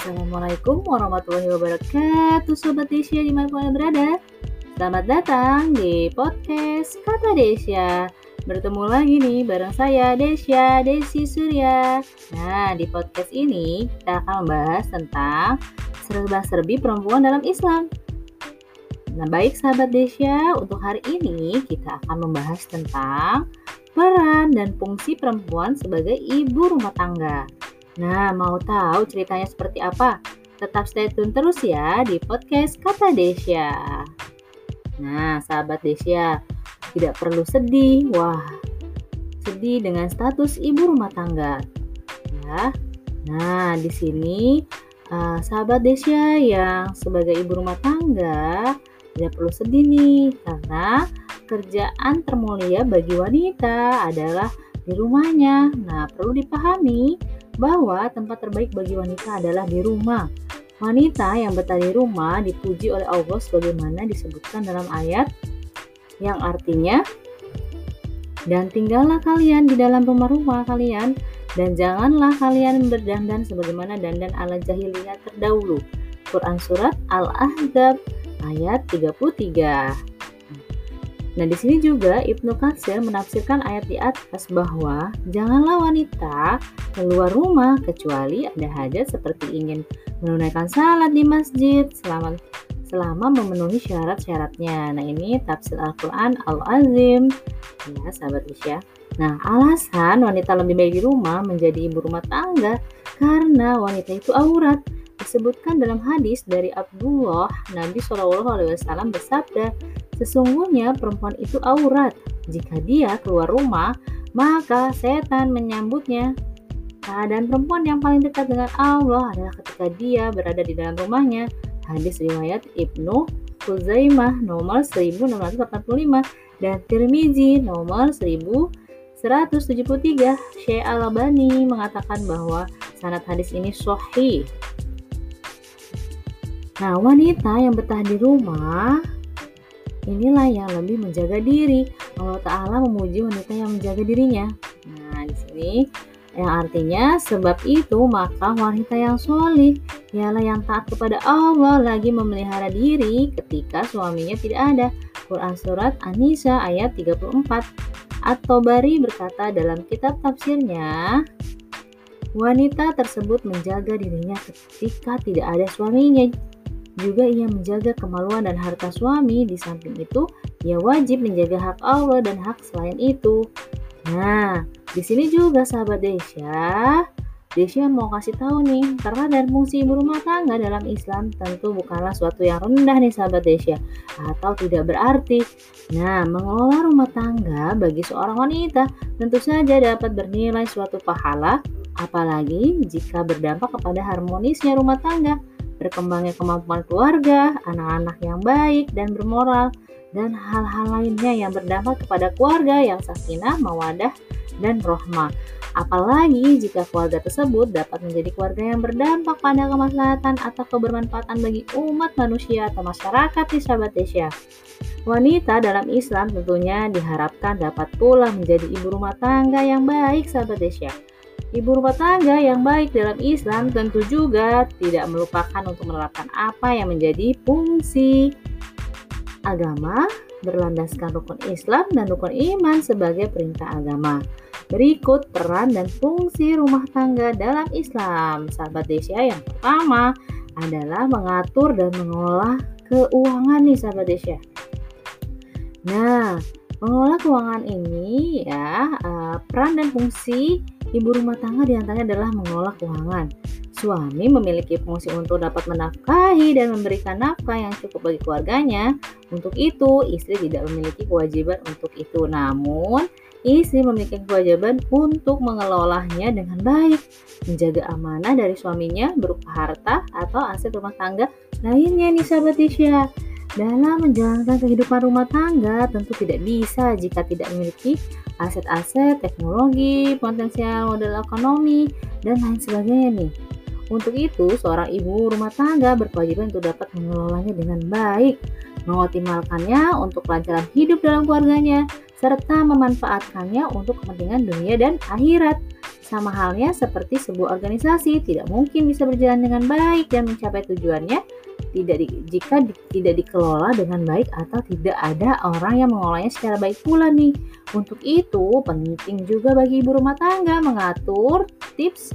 Assalamualaikum warahmatullahi wabarakatuh, Sobat Desya dimanapun Anda berada. Selamat datang di podcast Kata Desya. Bertemu lagi nih bareng saya Desya, Desi Surya. Nah, di podcast ini kita akan membahas tentang serba-serbi perempuan dalam Islam. Nah, baik sahabat Desya, untuk hari ini kita akan membahas tentang peran dan fungsi perempuan sebagai ibu rumah tangga. Nah, mau tahu ceritanya seperti apa? Tetap stay tune terus ya di podcast Kata Desya. Nah, sahabat Desya, tidak perlu sedih. Wah, sedih dengan status ibu rumah tangga. Ya. Nah, di sini sahabat Desya yang sebagai ibu rumah tangga tidak perlu sedih nih, karena kerjaan termulia bagi wanita adalah di rumahnya. Nah, perlu dipahami bahwa tempat terbaik bagi wanita adalah di rumah. Wanita yang betah di rumah dipuji oleh Allah sebagaimana disebutkan dalam ayat yang artinya, dan tinggallah kalian di dalam rumah-rumah kalian, dan janganlah kalian berdandan sebagaimana dandan ala jahiliyah terdahulu. Quran Surat Al-Ahzab ayat 33. Nah, di sini juga Ibnu Katsir menafsirkan ayat di atas bahwa janganlah wanita keluar rumah kecuali ada hajat seperti ingin menunaikan salat di masjid selama memenuhi syarat-syaratnya. Nah, ini tafsir Al-Quran Al-Azim ya sahabat Isya. Nah, alasan wanita lebih baik di rumah menjadi ibu rumah tangga karena wanita itu aurat. Disebutkan dalam hadis dari Abdullah, Nabi SAW bersabda, sesungguhnya perempuan itu aurat. Jika dia keluar rumah, maka setan menyambutnya. Keadaan perempuan yang paling dekat dengan Allah adalah ketika dia berada di dalam rumahnya. Hadis riwayat Ibnu Khuzaimah nomor 1685 dan Tirmizi nomor 1173. Syekh Al-Albani mengatakan bahwa sanad hadis ini sahih. Nah, wanita yang betah di rumah inilah yang lebih menjaga diri. Allah Ta'ala memuji wanita yang menjaga dirinya. Nah, di sini yang artinya sebab itu maka wanita yang sholih ialah yang taat kepada Allah lagi memelihara diri ketika suaminya tidak ada. Quran Surat An-Nisa ayat 34. At-Tabari berkata dalam kitab tafsirnya, wanita tersebut menjaga dirinya ketika tidak ada suaminya. Juga ia menjaga kemaluan dan harta suami. Di samping itu, ia wajib menjaga hak Allah dan hak selain itu. Nah, di sini juga sahabat Desya mau kasih tahu nih, peran dan fungsi ibu rumah tangga dalam Islam tentu bukanlah suatu yang rendah nih sahabat Desya, atau tidak berarti. Nah, mengelola rumah tangga bagi seorang wanita tentu saja dapat bernilai suatu pahala, apalagi jika berdampak kepada harmonisnya rumah tangga, berkembangnya kemampuan keluarga, anak-anak yang baik dan bermoral, dan hal-hal lainnya yang berdampak kepada keluarga yang sakinah, mawadah, dan rahmah. Apalagi jika keluarga tersebut dapat menjadi keluarga yang berdampak pada kemaslahatan atau kebermanfaatan bagi umat manusia atau masyarakat di sahabat Desya. Wanita dalam Islam tentunya diharapkan dapat pula menjadi ibu rumah tangga yang baik sahabat Desya. Ibu rumah tangga yang baik dalam Islam tentu juga tidak melupakan untuk menerapkan apa yang menjadi fungsi agama berlandaskan rukun Islam dan rukun iman sebagai perintah agama. Berikut peran dan fungsi rumah tangga dalam Islam. Sahabat Desya, yang pertama adalah mengatur dan mengelola keuangan nih sahabat Desya. Nah, mengelola keuangan ini ya, peran dan fungsi ibu rumah tangga diantaranya adalah mengelola keuangan. Suami memiliki fungsi untuk dapat menafkahi dan memberikan nafkah yang cukup bagi keluarganya. Untuk itu, istri tidak memiliki kewajiban untuk itu. Namun, istri memiliki kewajiban untuk mengelolanya dengan baik, menjaga amanah dari suaminya berupa harta atau aset rumah tangga lainnya nih sahabat Desya. Dalam menjalankan kehidupan rumah tangga tentu tidak bisa jika tidak memiliki aset-aset, teknologi, potensial modal ekonomi, dan lain sebagainya nih. Untuk itu, seorang ibu rumah tangga berkewajiban untuk dapat mengelolanya dengan baik, mengoptimalkannya untuk kelancaran hidup dalam keluarganya, serta memanfaatkannya untuk kepentingan dunia dan akhirat. Sama halnya seperti sebuah organisasi, tidak mungkin bisa berjalan dengan baik dan mencapai tujuannya jika tidak dikelola dengan baik atau tidak ada orang yang mengolahnya secara baik pula nih. Untuk itu penting juga bagi ibu rumah tangga mengatur tips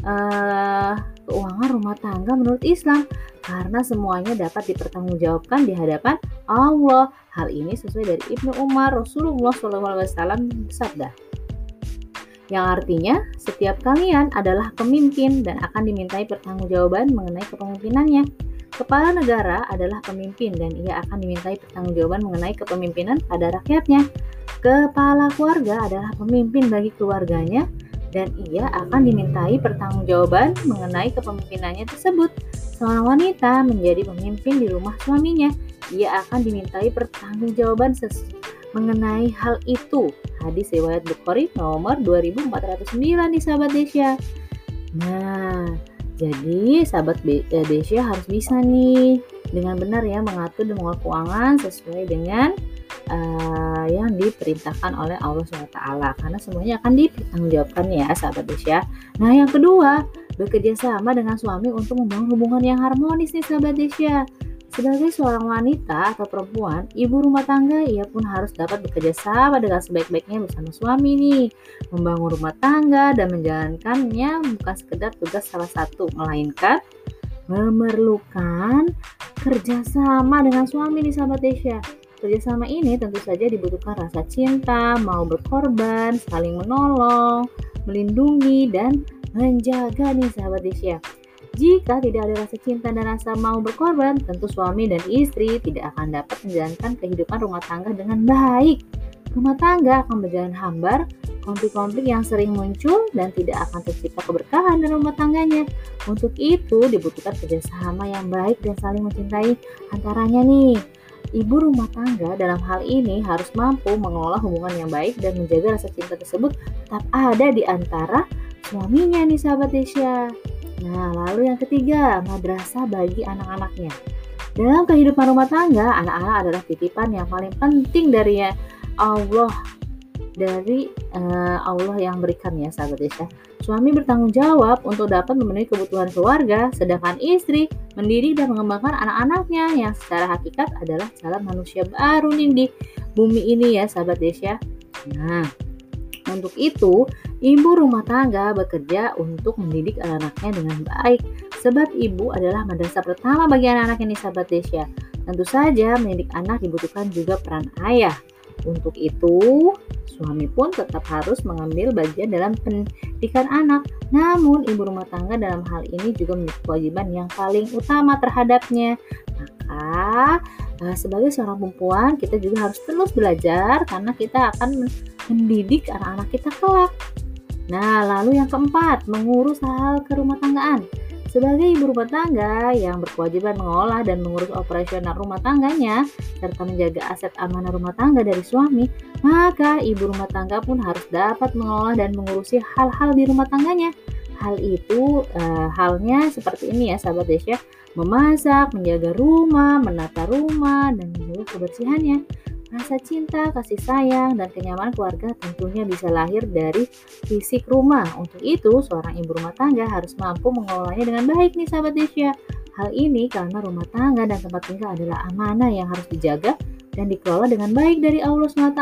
keuangan rumah tangga menurut Islam, karena semuanya dapat dipertanggungjawabkan di hadapan Allah. Hal ini sesuai dari Ibnu Umar, Rasulullah SAW bersabda, yang artinya setiap kalian adalah pemimpin dan akan dimintai pertanggungjawaban mengenai kepemimpinannya. Kepala negara adalah pemimpin dan ia akan dimintai pertanggungjawaban mengenai kepemimpinan pada rakyatnya. Kepala keluarga adalah pemimpin bagi keluarganya dan ia akan dimintai pertanggungjawaban mengenai kepemimpinannya tersebut. Seorang wanita menjadi pemimpin di rumah suaminya, ia akan dimintai pertanggungjawaban mengenai hal itu. Hadis riwayat Bukhari nomor 2409 nih sahabat Desya. Nah, jadi sahabat Desya harus bisa nih dengan benar ya mengatur dan mengelola keuangan sesuai dengan yang diperintahkan oleh Allah SWT, karena semuanya akan dipertanggungjawabkan ya sahabat Desya. Nah yang kedua, bekerja sama dengan suami untuk membangun hubungan yang harmonis nih sahabat Desya. Sebagai seorang wanita atau perempuan, ibu rumah tangga, ia pun harus dapat bekerja sama dengan sebaik-baiknya bersama suami nih. Membangun rumah tangga dan menjalankannya bukan sekedar tugas salah satu, melainkan memerlukan kerjasama dengan suami nih sahabat Desya. Kerjasama ini tentu saja dibutuhkan rasa cinta, mau berkorban, saling menolong, melindungi, dan menjaga nih sahabat Desya. Jika tidak ada rasa cinta dan rasa mau berkorban, tentu suami dan istri tidak akan dapat menjalankan kehidupan rumah tangga dengan baik. Rumah tangga akan berjalan hambar, konflik-konflik yang sering muncul, dan tidak akan tercipta keberkahan dalam rumah tangganya. Untuk itu dibutuhkan kerjasama yang baik dan saling mencintai antaranya nih. Ibu rumah tangga dalam hal ini harus mampu mengelola hubungan yang baik dan menjaga rasa cinta tersebut tetap ada di antara suaminya nih sahabat Desya. Nah, lalu yang ketiga, madrasah bagi anak-anaknya. Dalam kehidupan rumah tangga, anak-anak adalah titipan yang paling penting dari Allah, Allah yang berikan ya sahabat Desya. Suami bertanggung jawab untuk dapat memenuhi kebutuhan keluarga, sedangkan istri mendidik dan mengembangkan anak-anaknya yang secara hakikat adalah calon manusia baru nih di bumi ini ya sahabat Desya. Nah, untuk itu, ibu rumah tangga bekerja untuk mendidik anak-anaknya dengan baik, sebab ibu adalah madrasah pertama bagi anak-anak ini sahabat Desya. Tentu saja mendidik anak dibutuhkan juga peran ayah. Untuk itu, suami pun tetap harus mengambil bagian dalam pendidikan anak. Namun, ibu rumah tangga dalam hal ini juga memiliki kewajiban yang paling utama terhadapnya. Maka, sebagai seorang perempuan, kita juga harus terus belajar karena kita akan mendidik anak-anak kita kelak. Nah, lalu yang keempat, mengurus hal kerumah tanggaan. Sebagai ibu rumah tangga yang berkewajiban mengolah dan mengurus operasional rumah tangganya, serta menjaga aset amanah rumah tangga dari suami, maka ibu rumah tangga pun harus dapat mengolah dan mengurusi hal-hal di rumah tangganya. Hal itu halnya seperti ini ya sahabat Desya, memasak, menjaga rumah, menata rumah, dan menjaga kebersihannya. Rasa cinta, kasih sayang, dan kenyamanan keluarga tentunya bisa lahir dari fisik rumah. Untuk itu, seorang ibu rumah tangga harus mampu mengelolanya dengan baik nih sahabat Desya. Hal ini karena rumah tangga dan tempat tinggal adalah amanah yang harus dijaga dan dikelola dengan baik dari Allah SWT.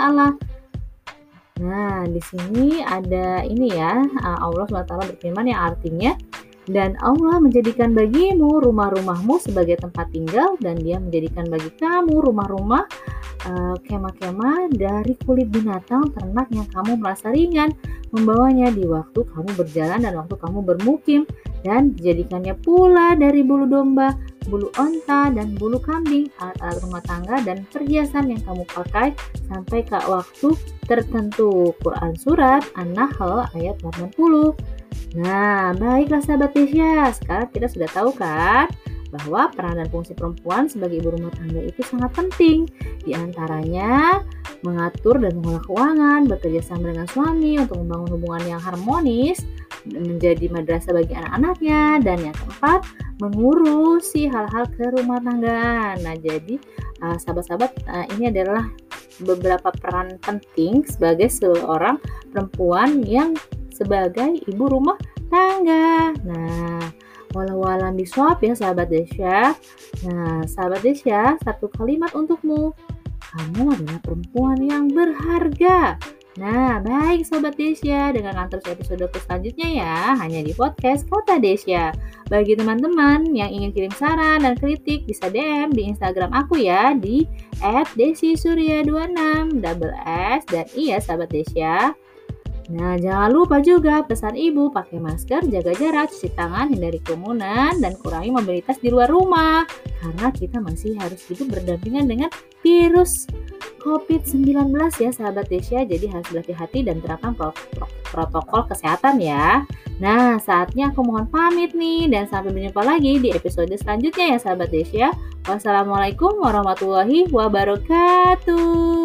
Nah, di sini ada ini ya, Allah SWT berfirman yang artinya, dan Allah menjadikan bagimu rumah-rumahmu sebagai tempat tinggal, dan Dia menjadikan bagi kamu rumah-rumah kemah-kemah dari kulit binatang ternak yang kamu merasa ringan membawanya di waktu kamu berjalan dan waktu kamu bermukim, dan dijadikannya pula dari bulu domba, bulu onta, dan bulu kambing, alat-alat rumah tangga dan perhiasan yang kamu pakai sampai ke waktu tertentu. Quran Surat An-Nahl ayat 80. Nah, baiklah sahabat Desya, sekarang kita sudah tahu kan bahwa peran dan fungsi perempuan sebagai ibu rumah tangga itu sangat penting. Di antaranya mengatur dan mengelola keuangan, bekerja sama dengan suami untuk membangun hubungan yang harmonis, menjadi madrasah bagi anak-anaknya, dan yang keempat, mengurusi hal-hal ke rumah tangga. Nah, jadi sahabat-sahabat, ini adalah beberapa peran penting sebagai seorang perempuan yang sebagai ibu rumah tangga. Nah, walau-walau disuap ya sahabat Desya. Nah, sahabat Desya, satu kalimat untukmu. Kamu adalah perempuan yang berharga. Nah, baik Sobat Desya, dengan terus episode selanjutnya ya, hanya di podcast Kata Desya. Bagi teman-teman yang ingin kirim saran dan kritik, bisa DM di Instagram aku ya, di @desisurya26, double S dan I ya Sahabat Desya. Nah, jangan lupa juga pesan ibu pakai masker, jaga jarak, cuci tangan, hindari kerumunan, dan kurangi mobilitas di luar rumah. Karena kita masih harus hidup berdampingan dengan virus COVID-19 ya sahabat Desya, jadi harus berhati-hati dan terapkan protokol kesehatan ya. Nah, saatnya aku mohon pamit nih, dan sampai berjumpa lagi di episode selanjutnya ya sahabat Desya. Wassalamualaikum warahmatullahi wabarakatuh.